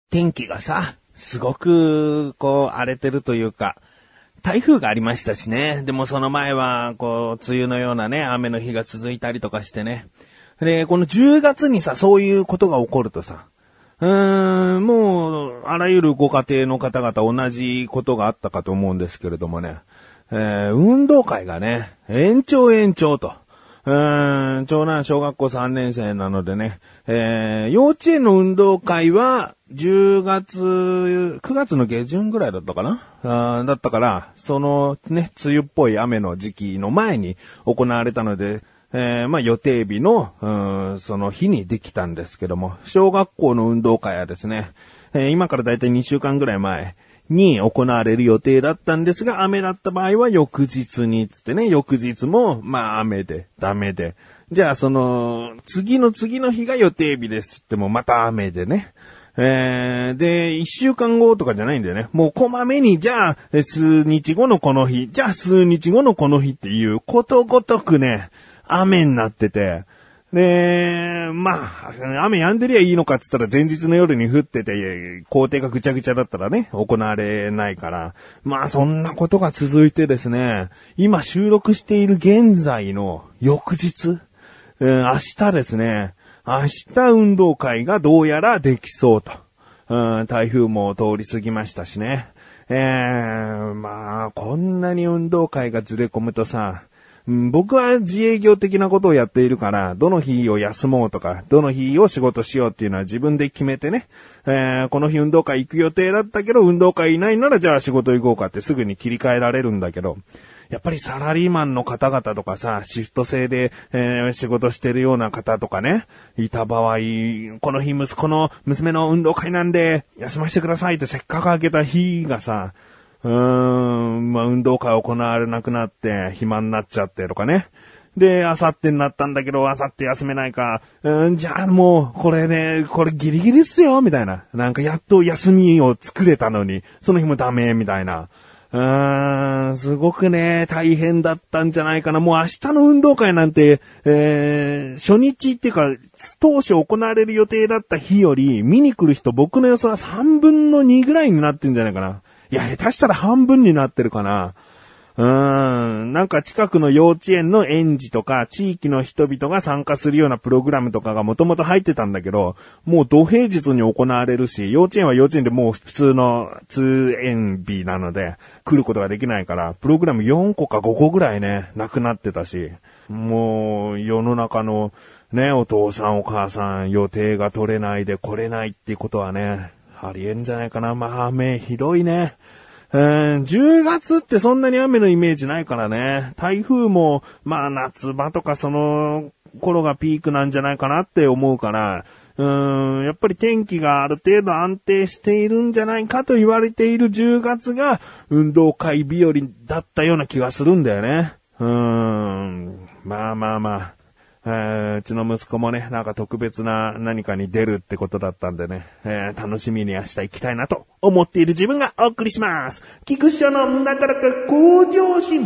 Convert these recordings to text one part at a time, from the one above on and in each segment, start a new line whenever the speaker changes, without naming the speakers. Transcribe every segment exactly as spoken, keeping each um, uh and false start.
天気がさ、すごく、こう、荒れてるというか、台風がありましたしね。でもその前は、こう、梅雨のようなね、雨の日が続いたりとかしてね。で、このじゅうがつにさ、そういうことが起こるとさ、うーん、もう、あらゆるご家庭の方々同じことがあったかと思うんですけれどもね。えー、運動会がね、延長延長と。うーん、長男小学校さんねん生なのでね、えー、幼稚園の運動会はじゅうがつ、くがつの下旬ぐらいだったかなあだったから、そのね、梅雨っぽい雨の時期の前に行われたので、えー、まあ予定日の、うーん、その日にできたんですけども、小学校の運動会はですね、えー、今からだいたいにしゅうかんぐらい前、に行われる予定だったんですが、雨だった場合は翌日につってね、翌日も、まあ雨で、ダメで。じゃあその、次の次の日が予定日ですってもまた雨でね。えー、で、一週間後とかじゃないんだよね。もうこまめに、じゃあ、数日後のこの日、じゃあ数日後のこの日っていうことごとくね、雨になってて、で、まあ、雨止んでりゃいいのかって言ったら前日の夜に降ってて、工程がぐちゃぐちゃだったらね、行われないから。まあそんなことが続いてですね、今収録している現在の翌日、えー、明日ですね、明日運動会がどうやらできそうと。うん、台風も通り過ぎましたしね。えー、まあ、こんなに運動会がずれ込むとさ、僕は自営業的なことをやっているから、どの日を休もうとか、どの日を仕事しようっていうのは自分で決めてね、えー、この日運動会行く予定だったけど、運動会いないならじゃあ仕事行こうかってすぐに切り替えられるんだけど、やっぱりサラリーマンの方々とかさ、シフト制で、えー、仕事してるような方とかね、いた場合、この日息子の娘の運動会なんで、休ませてくださいってせっかく開けた日がさ、うーん、まあ、運動会行われなくなって、暇になっちゃってとかね。で、あさってになったんだけど、あさって休めないか。うん、じゃあもう、これね、これギリギリっすよ、みたいな。なんかやっと休みを作れたのに、その日もダメ、みたいな。うーん、すごくね、大変だったんじゃないかな。もう明日の運動会なんて、えー、初日っていうか、当初行われる予定だった日より、見に来る人、僕の予想はさんぶんのにぐらいになってんじゃないかな。いや、下手したら半分になってるかな。うーん。なんか近くの幼稚園の園児とか、地域の人々が参加するようなプログラムとかがもともと入ってたんだけど、もう土平日に行われるし、幼稚園は幼稚園でもう普通の通園日なので、来ることができないから、プログラムよんこかごこぐらいね、なくなってたし、もう世の中のね、お父さんお母さん予定が取れないで来れないっていうことはね、ありえんじゃないかな。まあ雨ひどいね。うん、じゅうがつってそんなに雨のイメージないからね。台風も、まあ夏場とかその頃がピークなんじゃないかなって思うから、うーん、やっぱり天気がある程度安定しているんじゃないかと言われているじゅうがつが運動会日和だったような気がするんだよね。うーん、まあまあまあ。えー、うちの息子もね、なんか特別な何かに出るってことだったんでね、えー、楽しみに明日行きたいなと思っている自分がお送りします。菊師匠のなかなか向上心。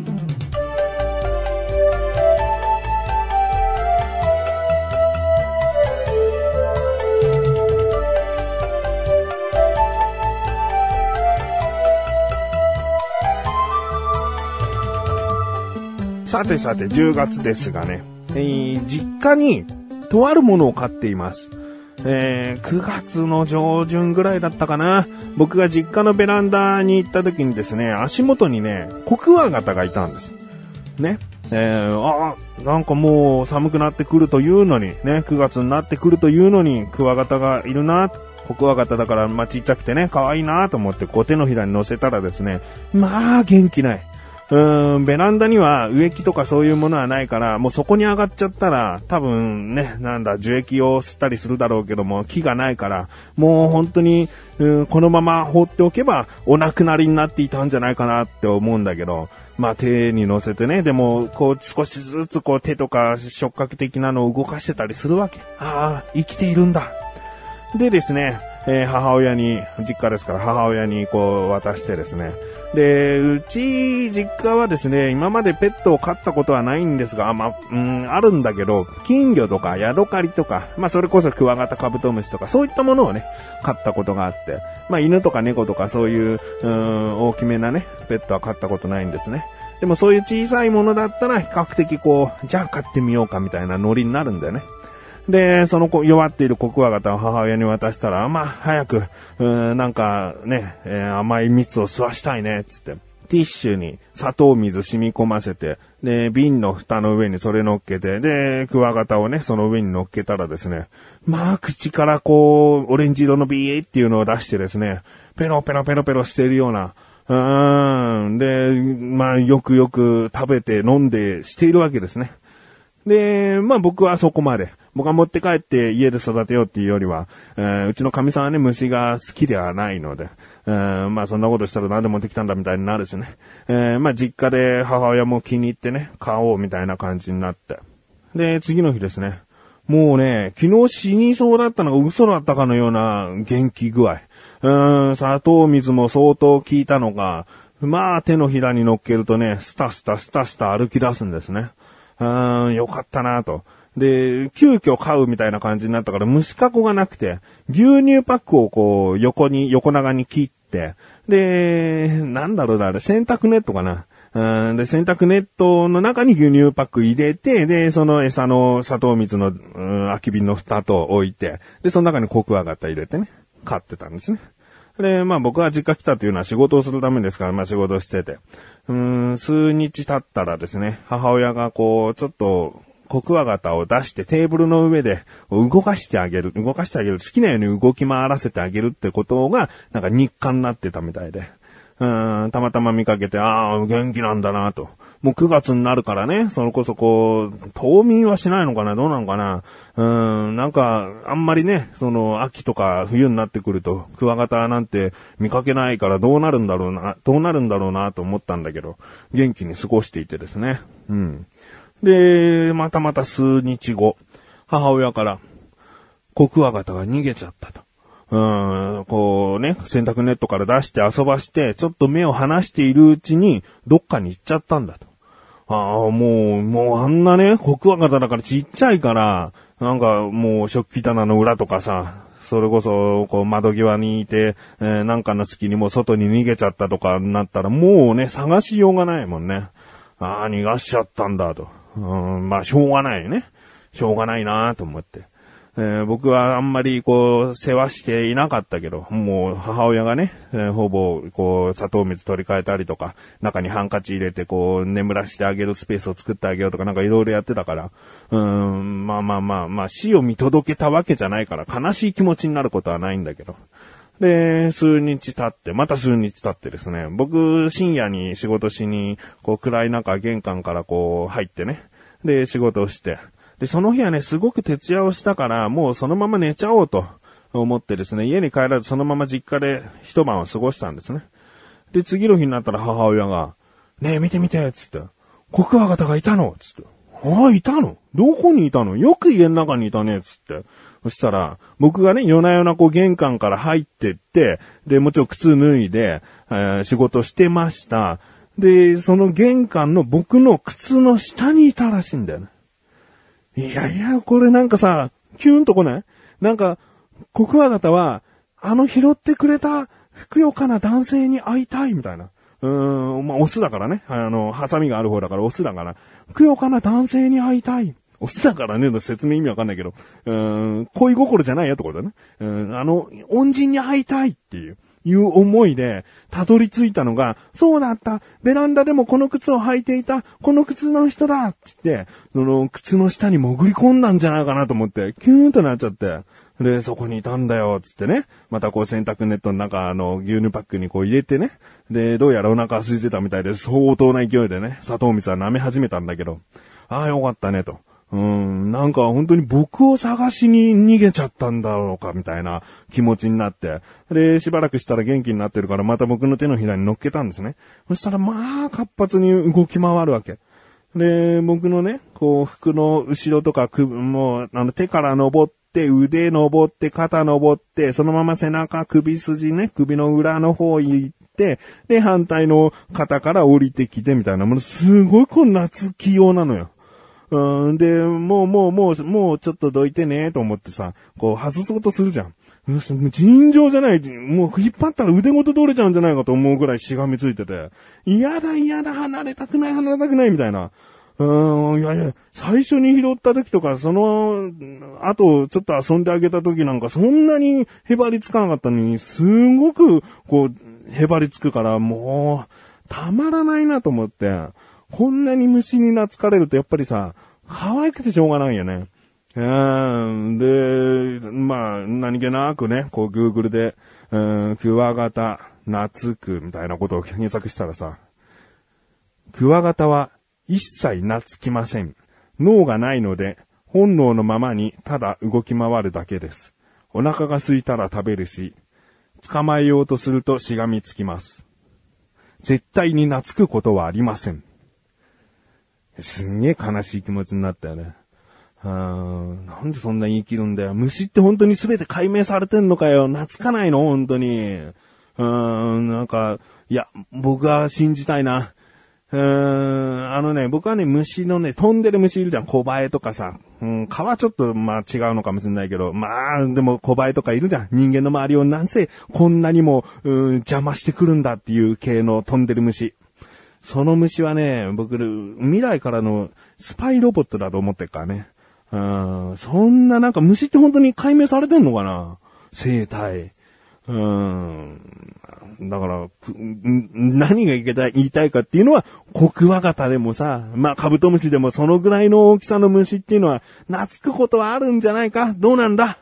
さてさてじゅうがつですがね、えー、実家にとあるものを飼っています。えー、くがつの上旬ぐらいだったかな。僕が実家のベランダに行った時にですね、足元にね、コクワガタがいたんです。ね。えー、あなんかもう寒くなってくるというのに、ね、くがつになってくるというのに、クワガタがいるな。コクワガタだから、まあ、ちっちゃくてね、可愛いなと思って、こう手のひらに乗せたらですね、まあ、元気ない。うーん、ベランダには植木とかそういうものはないから、もうそこに上がっちゃったら、多分ね、なんだ、樹液を吸ったりするだろうけども、木がないから、もう本当に、うん、このまま放っておけば、お亡くなりになっていたんじゃないかなって思うんだけど、まあ手に乗せてね、でも、こう少しずつこう手とか触覚的なのを動かしてたりするわけ。ああ、生きているんだ。でですね、 えー、母親に、実家ですから母親にこう渡してですね。で、うち、実家はですね、今までペットを飼ったことはないんですが、まあ、うん、あるんだけど、金魚とかヤドカリとか、まあ、それこそクワガタカブトムシとか、そういったものをね、飼ったことがあって、まあ、犬とか猫とかそういう、うん、大きめなね、ペットは飼ったことないんですね。でもそういう小さいものだったら、比較的こう、じゃあ飼ってみようかみたいなノリになるんだよね。で、その子弱っているコクワガタを母親に渡したら、まあ、早く、うーん、なんかね、えー、甘い蜜を吸わしたいね、つって。ティッシュに砂糖水染み込ませて、で、瓶の蓋の上にそれ乗っけて、で、クワガタをね、その上に乗っけたらですね、まあ、口からこう、オレンジ色のビーっていうのを出してですね、ペロペロペロペロしているような、うーん、で、まあ、よくよく食べて飲んでしているわけですね。で、まあ僕はそこまで。僕は持って帰って家で育てようっていうよりは、えー、うちの神さんはね、虫が好きではないので、えー、まあそんなことしたら何で持ってきたんだみたいになるしね。えー、まあ実家で母親も気に入ってね、買おうみたいな感じになって。で、次の日ですね。もうね、昨日死にそうだったのが嘘だったかのような元気具合。うーん、砂糖水も相当効いたのが、まあ手のひらに乗っけるとね、スタスタスタスタ歩き出すんですね。うーん、よかったなと。で、急遽買うみたいな感じになったから虫かごがなくて、牛乳パックをこう横に、横長に切って、で、なんだろうな、あれ洗濯ネットかな。うん、で、洗濯ネットの中に牛乳パック入れて、で、その餌の砂糖水の、うん、空き瓶の蓋と置いて、で、その中にコクワガタ入れてね、買ってたんですね。で、まあ僕は実家来たというのは仕事をするためですから、まあ仕事をしてて。うーん、数日経ったらですね、母親がこう、ちょっと、コクワガタを出してテーブルの上で動かしてあげる、動かしてあげる、好きなように動き回らせてあげるってことが、なんか日課になってたみたいで。うーん、たまたま見かけて、ああ、元気なんだなと。もうくがつになるからね、それこそこう、冬眠はしないのかな、どうなのかな。うーん、なんか、あんまりね、その、秋とか冬になってくると、クワガタなんて見かけないからどうなるんだろうな、どうなるんだろうなと思ったんだけど、元気に過ごしていてですね。うん。で、またまた数日後、母親から、コクワガタが逃げちゃったと。うーん、こうね、洗濯ネットから出して遊ばして、ちょっと目を離しているうちに、どっかに行っちゃったんだと。ああ、もう、もうあんなね、コクワガタだからちっちゃいから、なんかもう食器棚の裏とかさ、それこそ、こう窓際にいて、えー、なんかの隙にもう外に逃げちゃったとかになったら、もうね、探しようがないもんね。ああ、逃がしちゃったんだと。うん、まあ、しょうがないね。しょうがないなと思って。えー、僕はあんまりこう、世話していなかったけど、もう母親がね、えー、ほぼこう、砂糖水取り替えたりとか、中にハンカチ入れてこう、眠らしてあげるスペースを作ってあげようとかなんかいろいろやってたから、うーん、まあまあまあまあ、死を見届けたわけじゃないから悲しい気持ちになることはないんだけど。で、数日経って、また数日経ってですね、僕、深夜に仕事しに、こう、暗い中、玄関からこう、入ってね、で、仕事をして、で、その日はね、すごく徹夜をしたから、もうそのまま寝ちゃおうと思ってですね、家に帰らずそのまま実家で一晩を過ごしたんですね。で、次の日になったら母親が、ねえ、見て見て、つって、コクワガタがいたのつって、ああ、いたのどこにいたのよく家の中にいたね、つって。そしたら、僕がね、夜な夜なこう玄関から入ってって、で、もちろん靴脱いで、えー、仕事してました。で、その玄関の僕の靴の下にいたらしいんだよね。いやいや、これなんかさ、キューンとこない？なんか、コクワガタは、あの拾ってくれた、ふくよかな男性に会いたいみたいな。うーん、まあ、オスだからね。あの、ハサミがある方だからオスだから。ふくよかな男性に会いたい。オスだからね、の説明意味わかんないけど、うーん、恋心じゃないよってことだね。うん、あの、恩人に会いたいっていう。いう思いで、たどり着いたのが、そうだった、ベランダでもこの靴を履いていた、この靴の人だって言って、その靴の下に潜り込んだんじゃないかなと思って、キューンとなっちゃって、で、そこにいたんだよ、つってね。またこう洗濯ネットの中、あの、牛乳パックにこう入れてね。で、どうやらお腹空いてたみたいで、相当な勢いでね、砂糖水は舐め始めたんだけど、ああ、よかったね、と。うん、なんか本当に僕を探しに逃げちゃったんだろうかみたいな気持ちになって。で、しばらくしたら元気になってるからまた僕の手のひらに乗っけたんですね。そしたらまあ活発に動き回るわけ。で、僕のね、こう服の後ろとか首、もうあの手から登っ 、腕登って、肩登って、そのまま背中、首筋ね、首の裏の方行って、で、反対の肩から降りてきてみたいなもの、すごいこう夏気用なのよ。うん、で、もうもうもう、もうちょっとどいてね、と思ってさ、こう外そうとするじゃん。尋常じゃない。もう引っ張ったら腕ごと取れちゃうんじゃないかと思うぐらいしがみついてて。嫌だ嫌だ、離れたくない離れたくないみたいな。うーん、いやいや、最初に拾った時とか、その、あと、ちょっと遊んであげた時なんか、そんなにへばりつかなかったのに、すごく、こう、へばりつくから、もう、たまらないなと思って、こんなに虫に懐かれると、やっぱりさ、可愛くてしょうがないよね。うん、で、まあ、何気なくね、こう、Google で、うん、クワガタ、懐く、みたいなことを検索したらさ、クワガタは、一切懐きません。脳がないので、本能のままにただ動き回るだけです。お腹が空いたら食べるし、捕まえようとするとしがみつきます。絶対に懐くことはありません。すんげえ悲しい気持ちになったよね。あー、なんでそんなに生きるんだよ。虫って本当に全て解明されてんのかよ。懐かないの本当に。うーん、なんか、いや、僕は信じたいな。うーん、あのね、僕はね、虫のね、飛んでる虫いるじゃん。コバエとかさ。うん、蚊はちょっと、まあ違うのかもしれないけど、まあ、でもコバエとかいるじゃん。人間の周りをなんせこんなにも、うん、邪魔してくるんだっていう系の飛んでる虫。その虫はね、僕、未来からのスパイロボットだと思ってるからね。うん、そんななんか虫って本当に解明されてんのかな？生態。うーん。だから、何が言いたいかっていうのは、コクワガタでもさ、まあカブトムシでもそのぐらいの大きさの虫っていうのは、懐くことはあるんじゃないか？どうなんだ？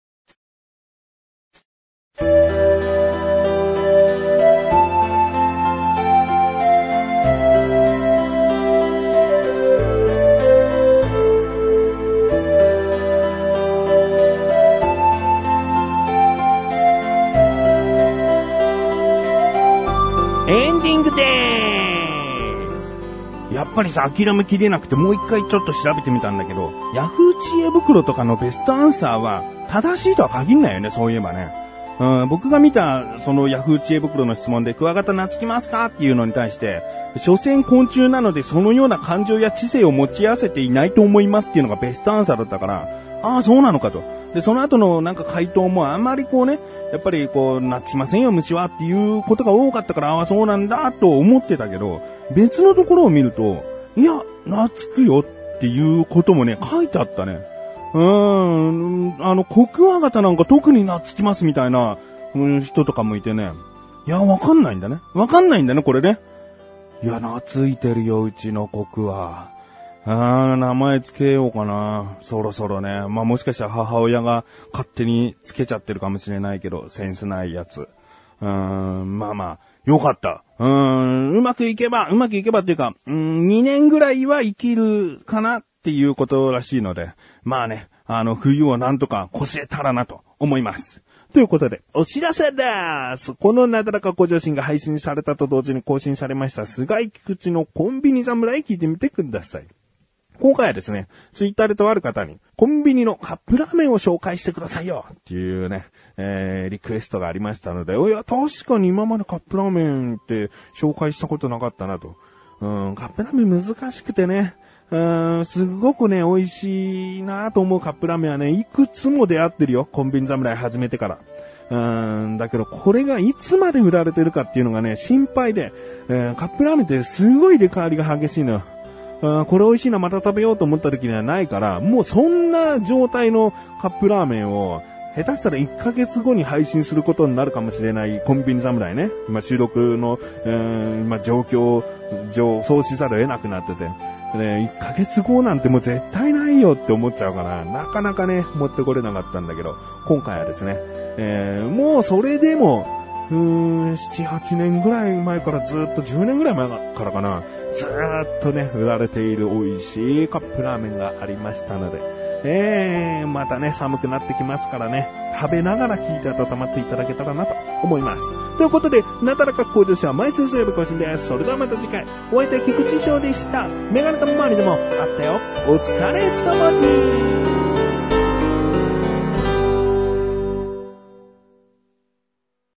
エンディングでーす。やっぱりさ、諦めきれなくてもう一回ちょっと調べてみたんだけど、ヤフー知恵袋とかのベストアンサーは正しいとは限んないよね、そういえばね。うん、僕が見たそのヤフー知恵袋の質問でクワガタ懐きますかっていうのに対して、所詮昆虫なのでそのような感情や知性を持ち合わせていないと思いますっていうのがベストアンサーだったから、ああ、そうなのかと。で、その後のなんか回答もあんまりこうね、やっぱりこう、懐きませんよ、虫はっていうことが多かったから、ああ、そうなんだと思ってたけど、別のところを見ると、いや、懐くよっていうこともね、書いてあったね。うーん、あの、コクワガタなんか特に懐きますみたいな、うん、人とかもいてね。いや、わかんないんだね。わかんないんだね、これね。いや、懐いてるよ、うちのコクは。あー、名前つけようかな。そろそろね。まあ、もしかしたら母親が勝手につけちゃってるかもしれないけど、センスないやつ。うーん、まあまあ、よかった。うーん、うまくいけば、うまくいけばっていうか、うーん、にねんぐらいは生きるかなっていうことらしいので、まあね、あの、冬をなんとか越せたらなと思います。ということで、お知らせです。このなだらか向上心が配信されたと同時に更新されました、菅井菊池のコンビニ侍聞いてみてください。今回はですね、ツイッターでとある方に、コンビニのカップラーメンを紹介してくださいよっていうね、えー、リクエストがありましたので、いや、確かに今までカップラーメンって紹介したことなかったなと。うん、カップラーメン難しくてね、うん、すごくね、美味しいなと思うカップラーメンはね、いくつも出会ってるよ。コンビニ侍始めてから。うん、だけど、これがいつまで売られてるかっていうのがね、心配で、えー、カップラーメンってすごい入れ替わりが激しいのよ。うん、これ美味しいな、また食べようと思った時にはないから、もうそんな状態のカップラーメンを、下手したらいっかげつごに配信することになるかもしれないコンビニ侍ね。今収録の、えー、まあ、状況上、そうしざるを得なくなってて。ね、いっかげつごなんてもう絶対ないよって思っちゃうから、なかなかね、持ってこれなかったんだけど、今回はですね、えー、もうそれでも、うーん、なな、はちねんぐらい前からずっとじゅうねんぐらい前からかな、ずーっとね、売られている美味しいカップラーメンがありましたので、えー、またね、寒くなってきますからね、食べながら聞いて温まっていただけたらなと思います。ということで、なだらか向上心は毎週水曜日更新です。それではまた次回、お会いいたい菊池翔でした。メガネと周りでもあったよ。お疲れ様です。